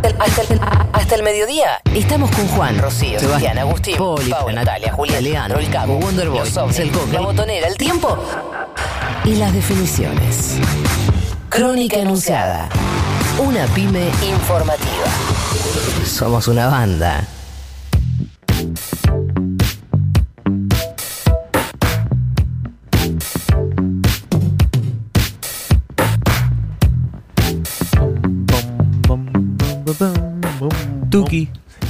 Hasta el mediodía estamos con Juan, Rocío, Sebastián, Agustín, Poli, Natalia, Julián, Leandro, el Cabo, Wonderboy, el Coco, la Botonera, el Tiempo y las definiciones. Crónica Enunciada. Una pyme informativa. Somos una banda. Tuki.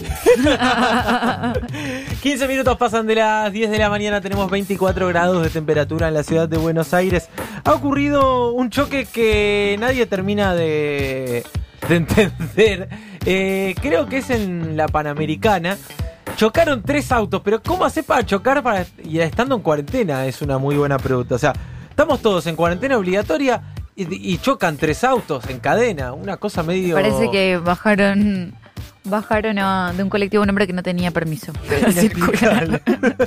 15 minutos pasan de las 10 de la mañana, tenemos 24 grados de temperatura en la ciudad de Buenos Aires. Ha ocurrido un choque que nadie termina de entender. Creo que es en la Panamericana. Chocaron 3 autos, pero ¿cómo hace para chocar y estando en cuarentena? Es una muy buena pregunta. O sea, estamos todos en cuarentena obligatoria y chocan 3 autos en cadena. Una cosa medio... Parece que bajaron de un colectivo un hombre que no tenía permiso para circular.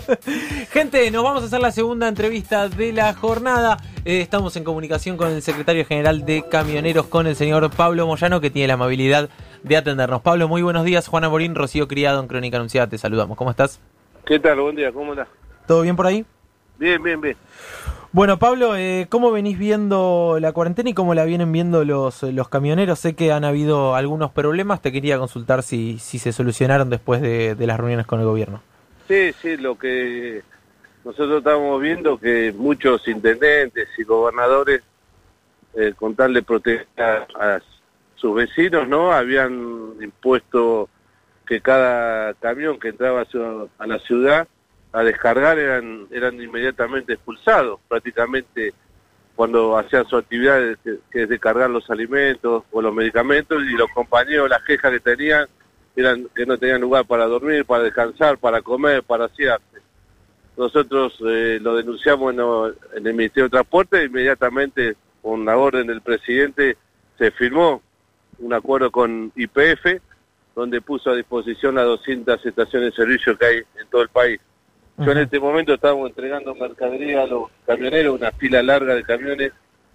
Gente, nos vamos a hacer la segunda entrevista de la jornada. Estamos en comunicación con el secretario general de Camioneros, con el señor Pablo Moyano, que tiene la amabilidad de atendernos. Pablo, muy buenos días. Juana Morín, Rocío Criado en Crónica Anunciada, te saludamos. ¿Cómo estás? ¿Qué tal? Buen día, ¿cómo estás? ¿Todo bien por ahí? Bien. Bueno, Pablo, ¿cómo venís viendo la cuarentena y cómo la vienen viendo los camioneros? Sé que han habido algunos problemas, te quería consultar si se solucionaron después de las reuniones con el gobierno. Sí, lo que nosotros estábamos viendo, que muchos intendentes y gobernadores, con tal de proteger a sus vecinos, ¿no? Habían impuesto que cada camión que entraba a la ciudad a descargar eran inmediatamente expulsados. Prácticamente cuando hacían su actividad, que es descargar los alimentos o los medicamentos, y los compañeros, las quejas que tenían eran que no tenían lugar para dormir, para descansar, para comer, para asearse. Nosotros lo denunciamos en el Ministerio de Transporte e inmediatamente, con la orden del presidente, se firmó un acuerdo con YPF, donde puso a disposición las 200 estaciones de servicio que hay en todo el país. Yo en este momento estamos entregando mercadería a los camioneros, una fila larga de camiones,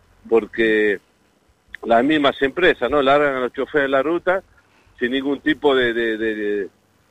porque las mismas empresas, ¿no?, largan a los choferes de la ruta sin ningún tipo de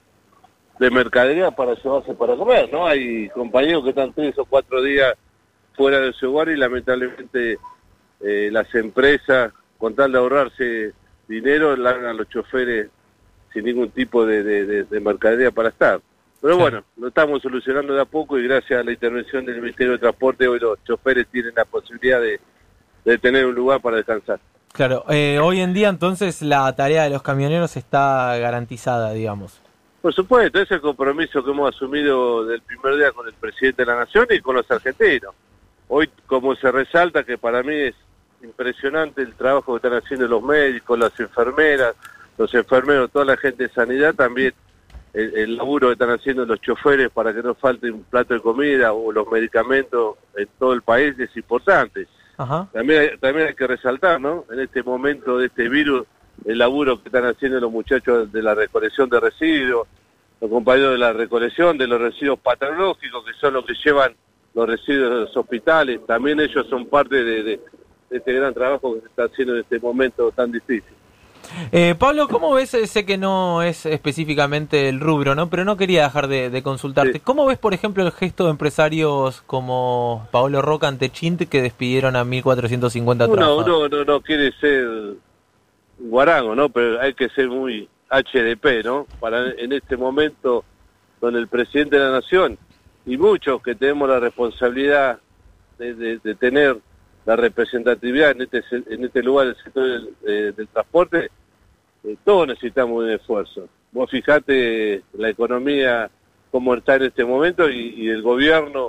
mercadería para llevarse para comer, ¿no? Hay compañeros que están 3 o 4 días fuera de su hogar y lamentablemente las empresas, con tal de ahorrarse dinero, largan a los choferes sin ningún tipo de mercadería para estar. Pero bueno, lo estamos solucionando de a poco y gracias a la intervención del Ministerio de Transporte hoy los choferes tienen la posibilidad de tener un lugar para descansar. Claro, hoy en día entonces la tarea de los camioneros está garantizada, digamos. Por supuesto, ese es el compromiso que hemos asumido del primer día con el presidente de la Nación y con los argentinos. Hoy, como se resalta, que para mí es impresionante el trabajo que están haciendo los médicos, las enfermeras, los enfermeros, toda la gente de sanidad, también el laburo que están haciendo los choferes para que no falte un plato de comida o los medicamentos en todo el país es importante. Ajá. También hay que resaltar, ¿no?, en este momento de este virus, el laburo que están haciendo los muchachos de la recolección de residuos, los compañeros de la recolección de los residuos patológicos, que son los que llevan los residuos de los hospitales. También ellos son parte de este gran trabajo que se está haciendo en este momento tan difícil. Pablo, ¿cómo ves? Sé que no es específicamente el rubro, ¿no?, pero no quería dejar de consultarte. Sí. ¿Cómo ves, por ejemplo, el gesto de empresarios como Paolo Roca ante Chint, que despidieron a 1.450 trabajadores? Uno no quiere ser guarango, ¿no?, pero hay que ser muy HDP, ¿no?, para en este momento donde el presidente de la Nación y muchos que tenemos la responsabilidad de tener la representatividad en este lugar del sector del transporte, todos necesitamos un esfuerzo. Vos fijate la economía cómo está en este momento y el gobierno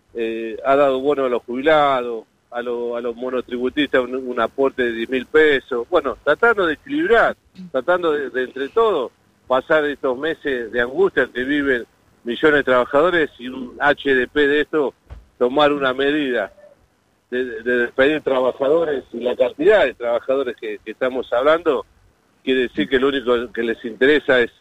ha dado bono a los jubilados, a los monotributistas un aporte de 10.000 pesos. Bueno, tratando de equilibrar, tratando de entre todos pasar estos meses de angustia que viven millones de trabajadores y un HDP de esto, tomar una medida de despedir trabajadores y la cantidad de trabajadores que estamos hablando, quiere decir que lo único que les interesa es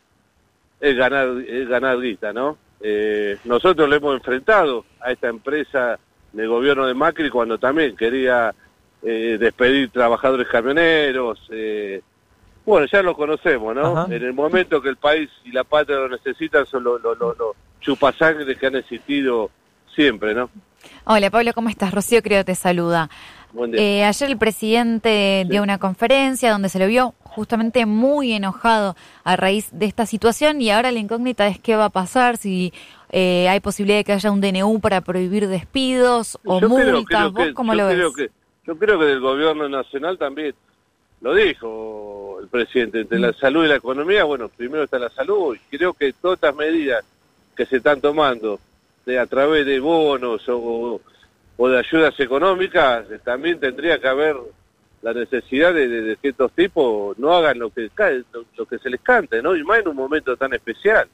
ganar guita, ¿no? Nosotros le hemos enfrentado a esta empresa del gobierno de Macri cuando también quería despedir trabajadores camioneros, Bueno, ya lo conocemos, ¿no? Ajá. En el momento que el país y la patria lo necesitan, son los chupasangres que han existido siempre, ¿no? Hola Pablo, ¿cómo estás? Rocío creo te saluda. Buen día. Ayer el presidente dio una conferencia donde se lo vio justamente muy enojado a raíz de esta situación y ahora la incógnita es qué va a pasar, si hay posibilidad de que haya un DNU para prohibir despidos o multas. ¿Vos cómo lo ves? Yo creo que del gobierno nacional también lo dijo el presidente, entre la salud y la economía, bueno, primero está la salud, y creo que todas estas medidas que se están tomando a través de bonos o de ayudas económicas, también tendría que haber la necesidad de que estos tipos no hagan lo que se les cante, ¿no? Y más en un momento tan especial.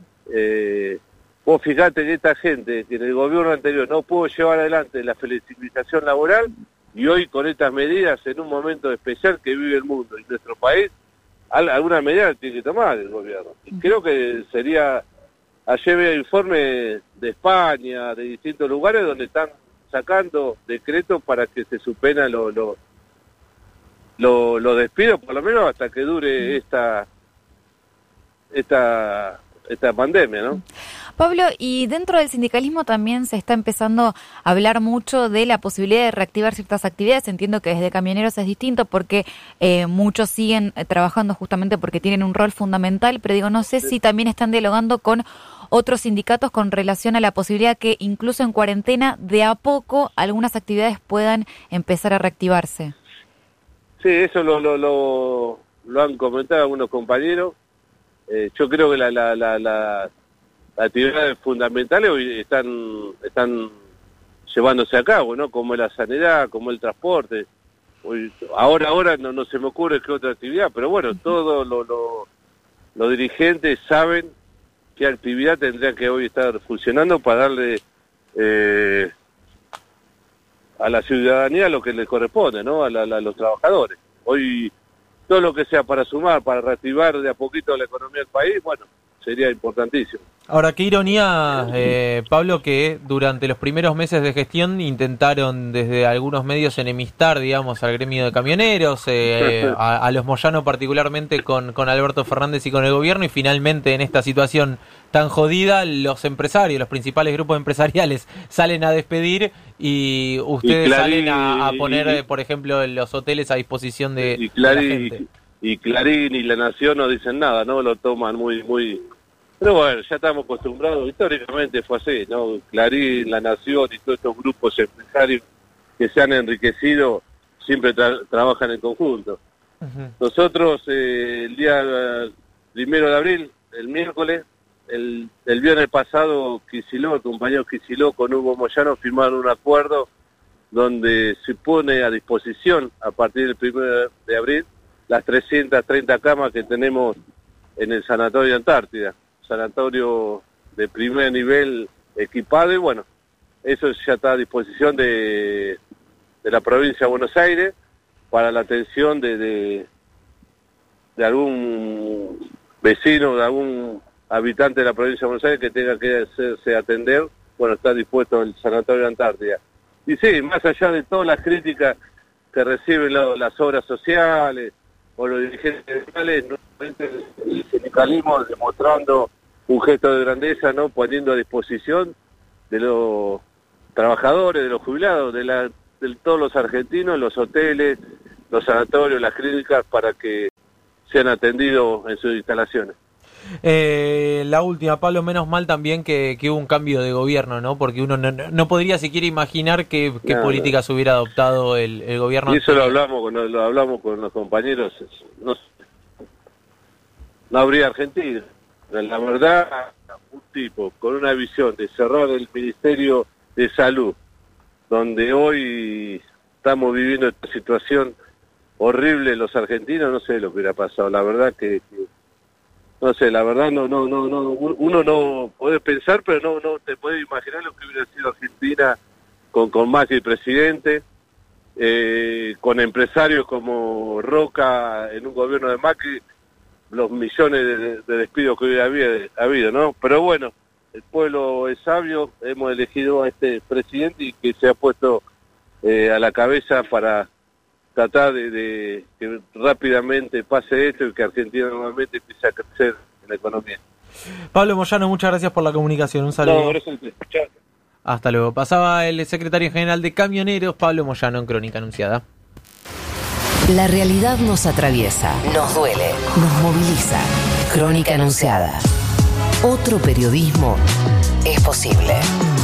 Vos fijate que esta gente que en el gobierno anterior no pudo llevar adelante la flexibilización laboral, y hoy con estas medidas, en un momento especial que vive el mundo y nuestro país, alguna medida tiene que tomar el gobierno. Y creo que sería, ayer veía informes de España, de distintos lugares donde están sacando decretos para que se suspendan los despidos, por lo menos hasta que dure esta pandemia, ¿no? Pablo, y dentro del sindicalismo también se está empezando a hablar mucho de la posibilidad de reactivar ciertas actividades. Entiendo que desde camioneros es distinto porque muchos siguen trabajando justamente porque tienen un rol fundamental, pero digo, no sé si también están dialogando con otros sindicatos con relación a la posibilidad que incluso en cuarentena de a poco algunas actividades puedan empezar a reactivarse. Sí, eso lo han comentado algunos compañeros. Yo creo que las actividades fundamentales hoy están llevándose a cabo, ¿no? Como la sanidad, como el transporte. Hoy, ahora no se me ocurre qué otra actividad, pero bueno, todos los dirigentes saben qué actividad tendría que hoy estar funcionando para darle a la ciudadanía lo que le corresponde, ¿no? A los trabajadores. Hoy todo lo que sea para sumar, para reactivar de a poquito la economía del país, bueno, sería importantísimo. Ahora, qué ironía, Pablo, que durante los primeros meses de gestión intentaron desde algunos medios enemistar, digamos, al gremio de camioneros, a los Moyano particularmente con Alberto Fernández y con el gobierno, y finalmente en esta situación tan jodida, los empresarios, los principales grupos empresariales salen a despedir y ustedes salen a poner, por ejemplo, los hoteles a disposición de la gente. Y Clarín y La Nación no dicen nada, ¿no? Lo toman muy... Pero bueno, ya estamos acostumbrados, históricamente fue así, ¿no? Clarín, La Nación y todos estos grupos empresarios que se han enriquecido siempre trabajan en conjunto. Uh-huh. Nosotros el día 1 de abril, el miércoles, el viernes pasado, Kicillof, compañero Kicillof con Hugo Moyano firmaron un acuerdo donde se pone a disposición a partir del 1 de abril las 330 camas que tenemos en el Sanatorio Antártida. Sanatorio de primer nivel equipado, y bueno, eso ya está a disposición de la provincia de Buenos Aires para la atención de algún vecino, de algún habitante de la provincia de Buenos Aires que tenga que hacerse atender. Bueno, está dispuesto el Sanatorio Antártida. Y sí, más allá de todas las críticas que reciben las obras sociales o los dirigentes sociales, el sindicalismo demostrando un gesto de grandeza, ¿no? Poniendo a disposición de los trabajadores, de los jubilados, de todos los argentinos, los hoteles, los sanatorios, las clínicas, para que sean atendidos en sus instalaciones. La última, Pablo, menos mal también que hubo un cambio de gobierno, ¿no? Porque uno no podría siquiera imaginar qué políticas hubiera adoptado el gobierno. Y eso lo hablamos con los compañeros. No habría Argentina. La verdad, un tipo con una visión de cerrar el Ministerio de Salud, donde hoy estamos viviendo esta situación horrible los argentinos, no sé lo que hubiera pasado. La verdad que no sé, la verdad no, uno no puede pensar, pero no te puede imaginar lo que hubiera sido Argentina con Macri presidente, con empresarios como Roca en un gobierno de Macri, los millones de despidos que hubiera habido, ¿no? Pero bueno, el pueblo es sabio, hemos elegido a este presidente y que se ha puesto a la cabeza para tratar de que rápidamente pase esto y que Argentina nuevamente empiece a crecer en la economía. Pablo Moyano, muchas gracias por la comunicación. Un saludo. No, gracias a usted. Chao. Hasta luego. Pasaba el secretario general de Camioneros, Pablo Moyano, en Crónica Anunciada. La realidad nos atraviesa, nos duele, nos moviliza. Crónica Anunciada. Otro periodismo es posible.